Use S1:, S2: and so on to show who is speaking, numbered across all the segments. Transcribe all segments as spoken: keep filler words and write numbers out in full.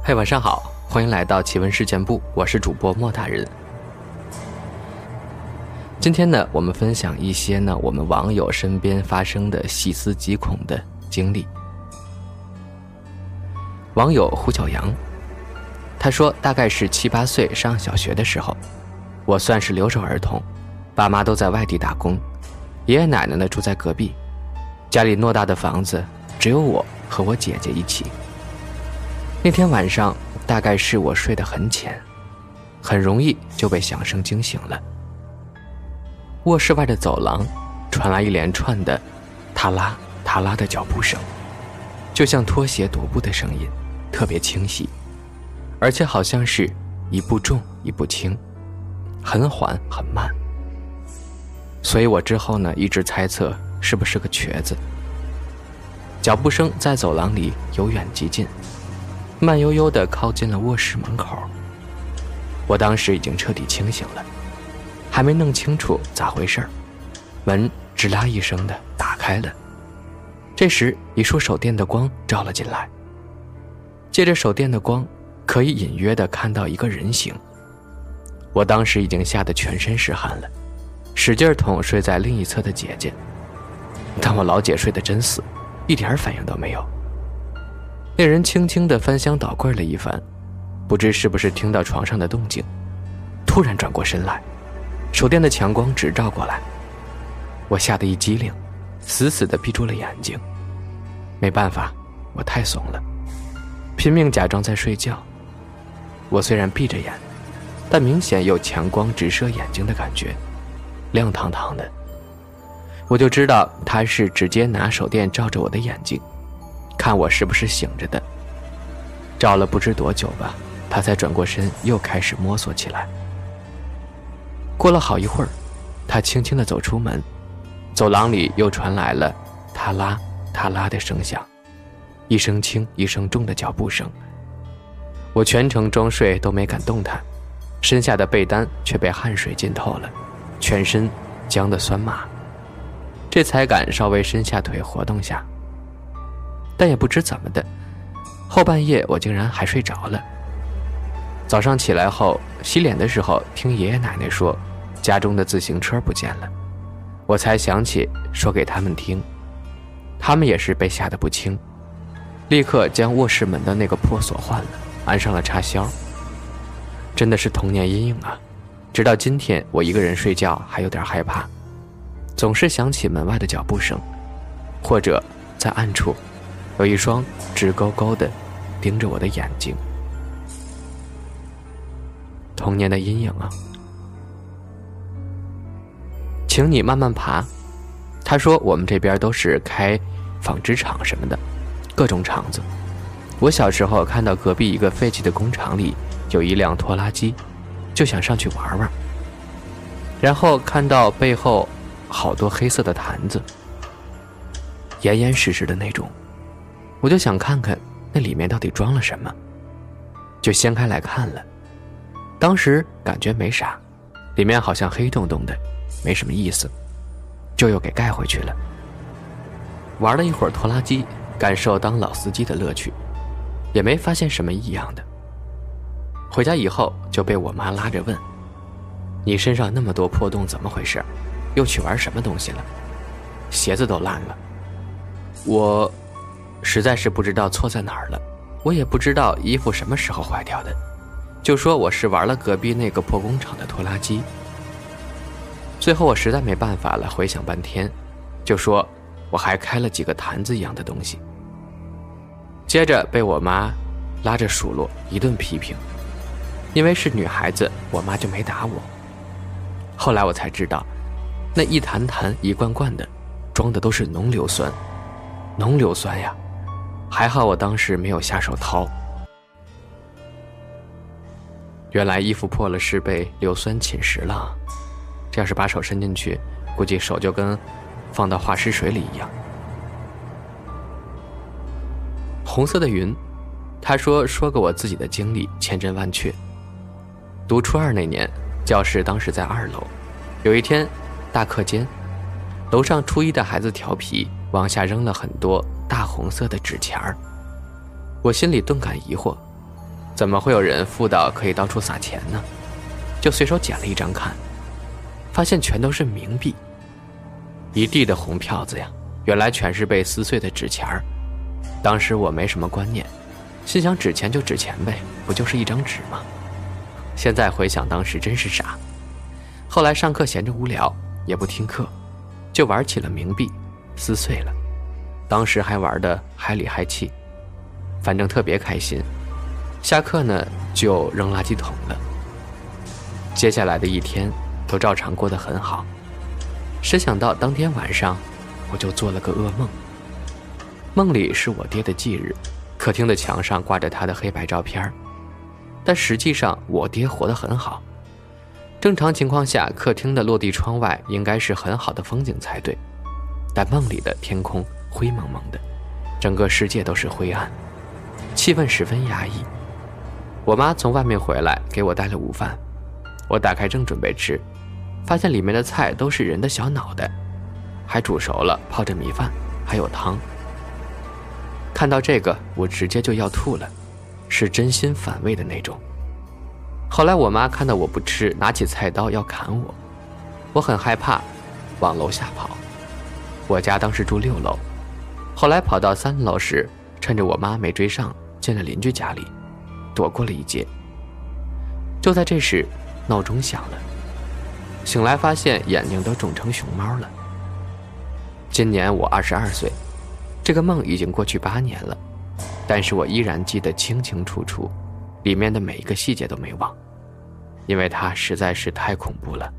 S1: 嘿，晚上好，欢迎来到奇闻事件部，我是主播莫大人。今天呢，我们分享一些呢我们网友身边发生的细思极恐的经历。网友胡小阳，他说大概是七八岁上小学的时候，我算是留守儿童，爸妈都在外地打工，爷爷奶奶呢住在隔壁，家里偌大的房子只有我和我姐姐一起。那天晚上大概是我睡得很浅，很容易就被响声惊醒了。卧室外的走廊传来一连串的踏拉踏拉的脚步声，就像拖鞋踱步的声音，特别清晰，而且好像是一步重一步轻，很缓很慢。所以我之后呢一直猜测是不是个瘸子。脚步声在走廊里由远及近，慢悠悠地靠近了卧室门口。我当时已经彻底清醒了，还没弄清楚咋回事儿，门吱啦一声的打开了。这时一束手电的光照了进来，借着手电的光可以隐约地看到一个人形。我当时已经吓得全身是汗了，使劲捅睡在另一侧的姐姐，但我老姐睡得真死，一点反应都没有。那人轻轻地翻箱倒柜了一番，不知是不是听到床上的动静，突然转过身来，手电的强光直照过来。我吓得一激灵，死死地闭住了眼睛。没办法，我太怂了，拼命假装在睡觉。我虽然闭着眼，但明显有强光直射眼睛的感觉，亮堂堂的。我就知道他是直接拿手电照着我的眼睛，看我是不是醒着的。照了不知多久吧，他才转过身又开始摸索起来。过了好一会儿，他轻轻地走出门，走廊里又传来了踏拉踏拉的声响，一声轻一声重的脚步声。我全程装睡都没敢动弹，身下的被单却被汗水浸透了，全身僵得酸麻，这才敢稍微伸下腿活动下。但也不知怎么的，后半夜我竟然还睡着了。早上起来后洗脸的时候，听爷爷奶奶说家中的自行车不见了，我才想起说给他们听。他们也是被吓得不轻，立刻将卧室门的那个破锁换了，安上了插销。真的是童年阴影啊，直到今天我一个人睡觉还有点害怕，总是想起门外的脚步声，或者在暗处有一双直勾勾的盯着我的眼睛。童年的阴影啊。请你慢慢爬，他说我们这边都是开纺织厂什么的，各种厂子。我小时候看到隔壁一个废弃的工厂里有一辆拖拉机，就想上去玩玩，然后看到背后好多黑色的坛子，严严实实的那种，我就想看看那里面到底装了什么，就掀开来看了。当时感觉没啥，里面好像黑洞洞的，没什么意思，就又给盖回去了。玩了一会儿拖拉机，感受当老司机的乐趣，也没发现什么异样的。回家以后就被我妈拉着问，你身上那么多破洞怎么回事？又去玩什么东西了？鞋子都烂了。我实在是不知道错在哪儿了，我也不知道衣服什么时候坏掉的，就说我是玩了隔壁那个破工厂的拖拉机。最后我实在没办法了，回想半天，就说我还开了几个坛子一样的东西。接着被我妈拉着数落，一顿批评。因为是女孩子，我妈就没打我。后来我才知道，那一坛坛一罐罐的装的都是浓硫酸。浓硫酸呀，还好我当时没有下手掏。原来衣服破了是被硫酸侵蚀了，这要是把手伸进去，估计手就跟放到化湿水里一样。红色的云，他说说个我自己的经历，千真万确。读初二那年，教室当时在二楼，有一天大课间，楼上初一的孩子调皮，往下扔了很多大红色的纸钱儿。我心里顿感疑惑， 怎么会有人富到可以到处撒钱呢？就随手捡了一张看，发现全都是冥币，一地的红票子呀，原来全是被撕碎的纸钱儿。当时我没什么观念，心想纸钱就纸钱呗，不就是一张纸吗？现在回想当时真是傻。后来上课闲着无聊，也不听课，就玩起了冥币，撕碎了。当时还玩得嗨里嗨气，反正特别开心。下课呢就扔垃圾桶了。接下来的一天都照常过得很好，谁想到当天晚上我就做了个噩梦。梦里是我爹的忌日，客厅的墙上挂着他的黑白照片，但实际上我爹活得很好。正常情况下，客厅的落地窗外应该是很好的风景才对，但梦里的天空灰蒙蒙的，整个世界都是灰暗，气氛十分压抑。我妈从外面回来给我带了午饭，我打开正准备吃，发现里面的菜都是人的小脑袋，还煮熟了，泡着米饭，还有汤。看到这个我直接就要吐了，是真心反胃的那种。后来我妈看到我不吃，拿起菜刀要砍我，我很害怕，往楼下跑。我家当时住六楼，后来跑到三楼时，趁着我妈没追上，进了邻居家里，躲过了一劫。就在这时，闹钟响了，醒来发现眼睛都肿成熊猫了。今年我二十二岁，这个梦已经过去八年了，但是我依然记得清清楚楚，里面的每一个细节都没忘，因为它实在是太恐怖了。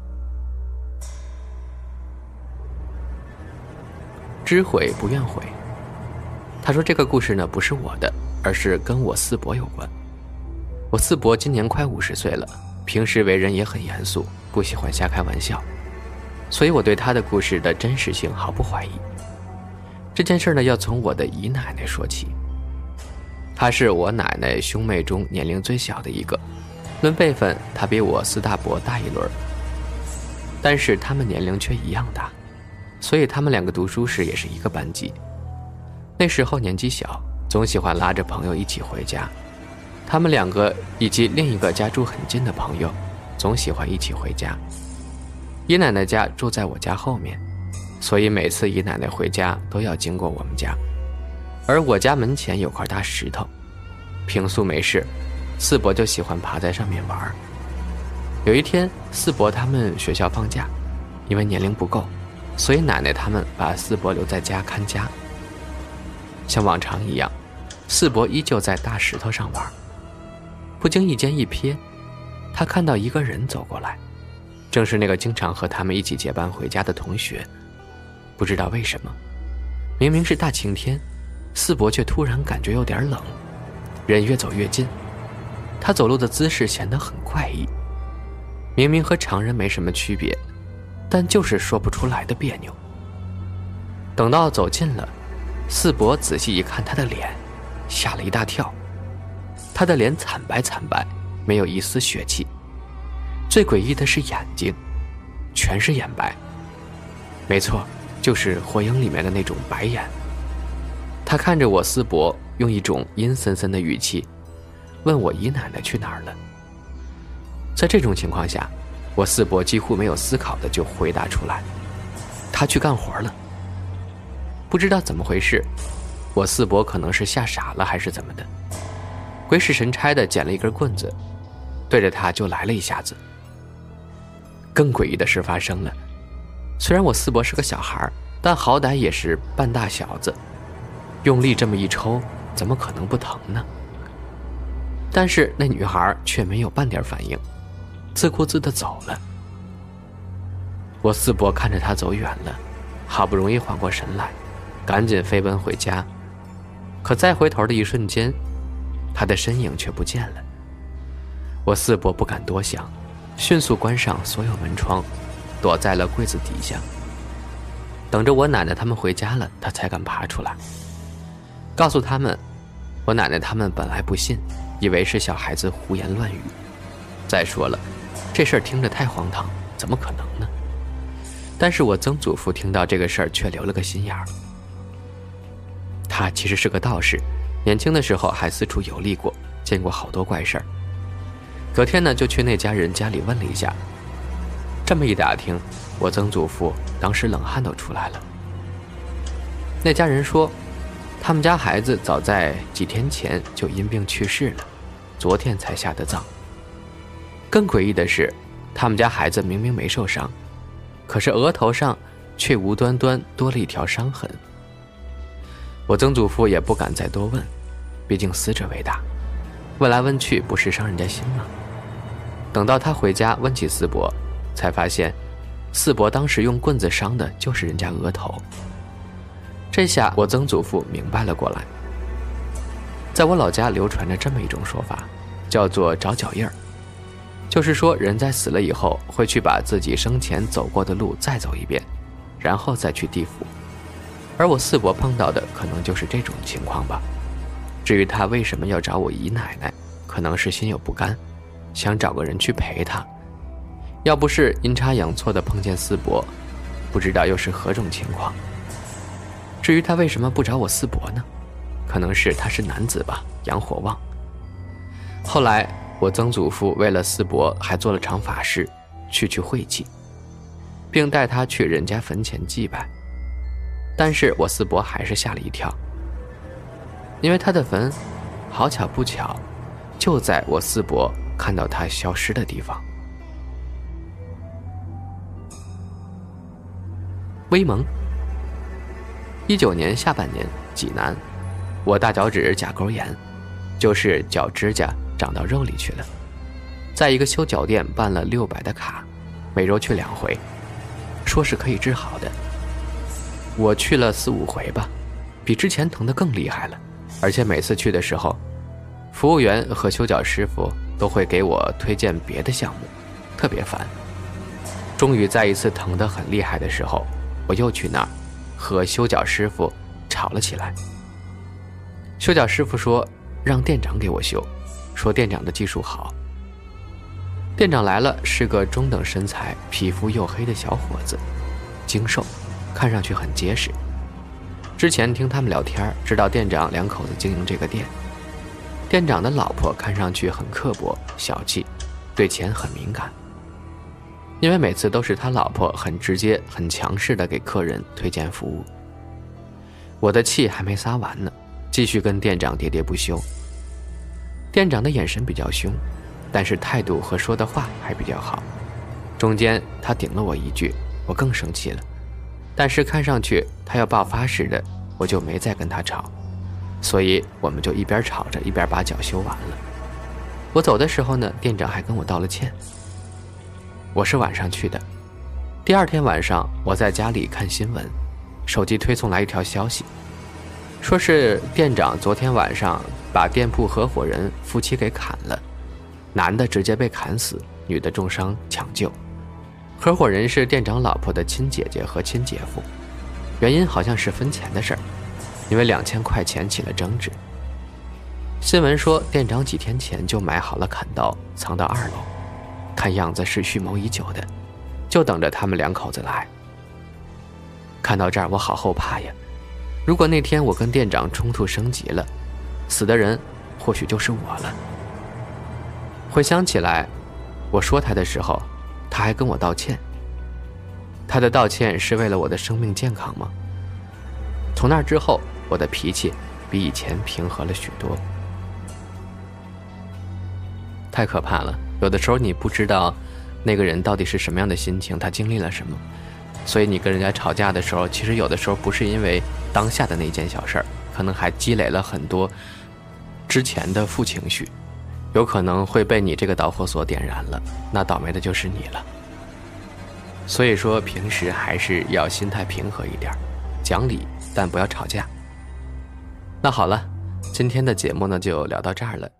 S1: 知悔不愿悔。他说这个故事呢不是我的，而是跟我四伯有关。我四伯今年快五十岁了，平时为人也很严肃，不喜欢瞎开玩笑，所以我对他的故事的真实性毫不怀疑。这件事呢要从我的姨奶奶说起。她是我奶奶兄妹中年龄最小的一个，论辈分她比我四大伯大一轮，但是他们年龄却一样大，所以他们两个读书时也是一个班级。那时候年纪小，总喜欢拉着朋友一起回家，他们两个以及另一个家住很近的朋友总喜欢一起回家。姨奶奶家住在我家后面，所以每次姨奶奶回家都要经过我们家，而我家门前有块大石头，平素没事，四伯就喜欢爬在上面玩。有一天四伯他们学校放假，因为年龄不够，所以奶奶他们把四伯留在家看家。像往常一样，四伯依旧在大石头上玩，不经意间一瞥，他看到一个人走过来，正是那个经常和他们一起结伴回家的同学。不知道为什么，明明是大晴天，四伯却突然感觉有点冷，人越走越近，他走路的姿势显得很怪异，明明和常人没什么区别，但就是说不出来的别扭。等到走近了，四伯仔细一看他的脸，吓了一大跳。他的脸惨白惨白，没有一丝血气，最诡异的是眼睛，全是眼白，没错，就是火影里面的那种白眼。他看着我四伯，用一种阴森森的语气问我姨奶奶去哪儿了。在这种情况下，我四伯几乎没有思考的就回答出来，他去干活了。不知道怎么回事，我四伯可能是吓傻了还是怎么的，鬼使神差的捡了一根棍子，对着他就来了一下子。更诡异的事发生了，虽然我四伯是个小孩，但好歹也是半大小子，用力这么一抽，怎么可能不疼呢？但是那女孩却没有半点反应，自顾自地走了。我四伯看着她走远了，好不容易缓过神来，赶紧飞奔回家。可再回头的一瞬间，她的身影却不见了。我四伯不敢多想，迅速关上所有门窗，躲在了柜子底下，等着我奶奶他们回家了，他才敢爬出来，告诉他们，我奶奶他们本来不信，以为是小孩子胡言乱语。再说了，这事儿听着太荒唐，怎么可能呢？但是我曾祖父听到这个事儿却留了个心眼儿。他其实是个道士，年轻的时候还四处游历过， 见过好多怪事儿。隔天呢，就去那家人家里问了一下。这么一打听，我曾祖父当时冷汗都出来了。那家人说，他们家孩子早在几天前就因病去世了，昨天才下的葬。更诡异的是，他们家孩子明明没受伤，可是额头上却无端端多了一条伤痕。我曾祖父也不敢再多问，毕竟死者为大，问来问去不是伤人家心吗？等到他回家问起四伯，才发现四伯当时用棍子伤的就是人家额头。这下我曾祖父明白了过来。在我老家流传着这么一种说法，叫做找脚印儿，就是说人在死了以后会去把自己生前走过的路再走一遍，然后再去地府。而我四伯碰到的可能就是这种情况吧。至于他为什么要找我姨奶奶，可能是心有不甘，想找个人去陪他。要不是阴差阳错的碰见四伯，不知道又是何种情况。至于他为什么不找我四伯呢？可能是他是男子吧，阳火旺。后来我曾祖父为了四伯还做了场法事，去去晦气，并带他去人家坟前祭拜。但是我四伯还是吓了一跳，因为他的坟好巧不巧就在我四伯看到他消失的地方。威蒙，一九年下半年，济南，我大脚趾甲沟炎，就是脚指甲长到肉里去了，在一个修脚店办了六百的卡，每周去两回，说是可以治好的。我去了四五回吧，比之前疼得更厉害了，而且每次去的时候，服务员和修脚师傅都会给我推荐别的项目，特别烦。终于在一次疼得很厉害的时候，我又去那儿和修脚师傅吵了起来。修脚师傅说让店长给我修，说店长的技术好。店长来了，是个中等身材皮肤黝黑的小伙子，精瘦，看上去很结实。之前听他们聊天，知道店长两口子经营这个店。店长的老婆看上去很刻薄小气，对钱很敏感，因为每次都是他老婆很直接很强势的给客人推荐服务。我的气还没撒完呢，继续跟店长喋喋不休。店长的眼神比较凶，但是态度和说的话还比较好。中间他顶了我一句，我更生气了，但是看上去他要爆发似的，我就没再跟他吵，所以我们就一边吵着一边把脚修完了。我走的时候呢，店长还跟我道了歉。我是晚上去的，第二天晚上我在家里看新闻，手机推送来一条消息，说是店长昨天晚上把店铺合伙人夫妻给砍了，男的直接被砍死，女的重伤抢救。合伙人是店长老婆的亲姐姐和亲姐夫，原因好像是分钱的事儿，因为两千块钱起了争执。新闻说店长几天前就买好了砍刀，藏到二楼，看样子是蓄谋已久的，就等着他们两口子来。看到这儿我好后怕呀，如果那天我跟店长冲突升级了，死的人或许就是我了。回想起来，我说他的时候他还跟我道歉，他的道歉是为了我的生命健康吗？从那之后我的脾气比以前平和了许多。太可怕了，有的时候你不知道那个人到底是什么样的心情，他经历了什么，所以你跟人家吵架的时候，其实有的时候不是因为当下的那件小事儿，可能还积累了很多之前的负情绪，有可能会被你这个导火索点燃了，那倒霉的就是你了。所以说平时还是要心态平和一点，讲理但不要吵架。那好了，今天的节目呢就聊到这儿了。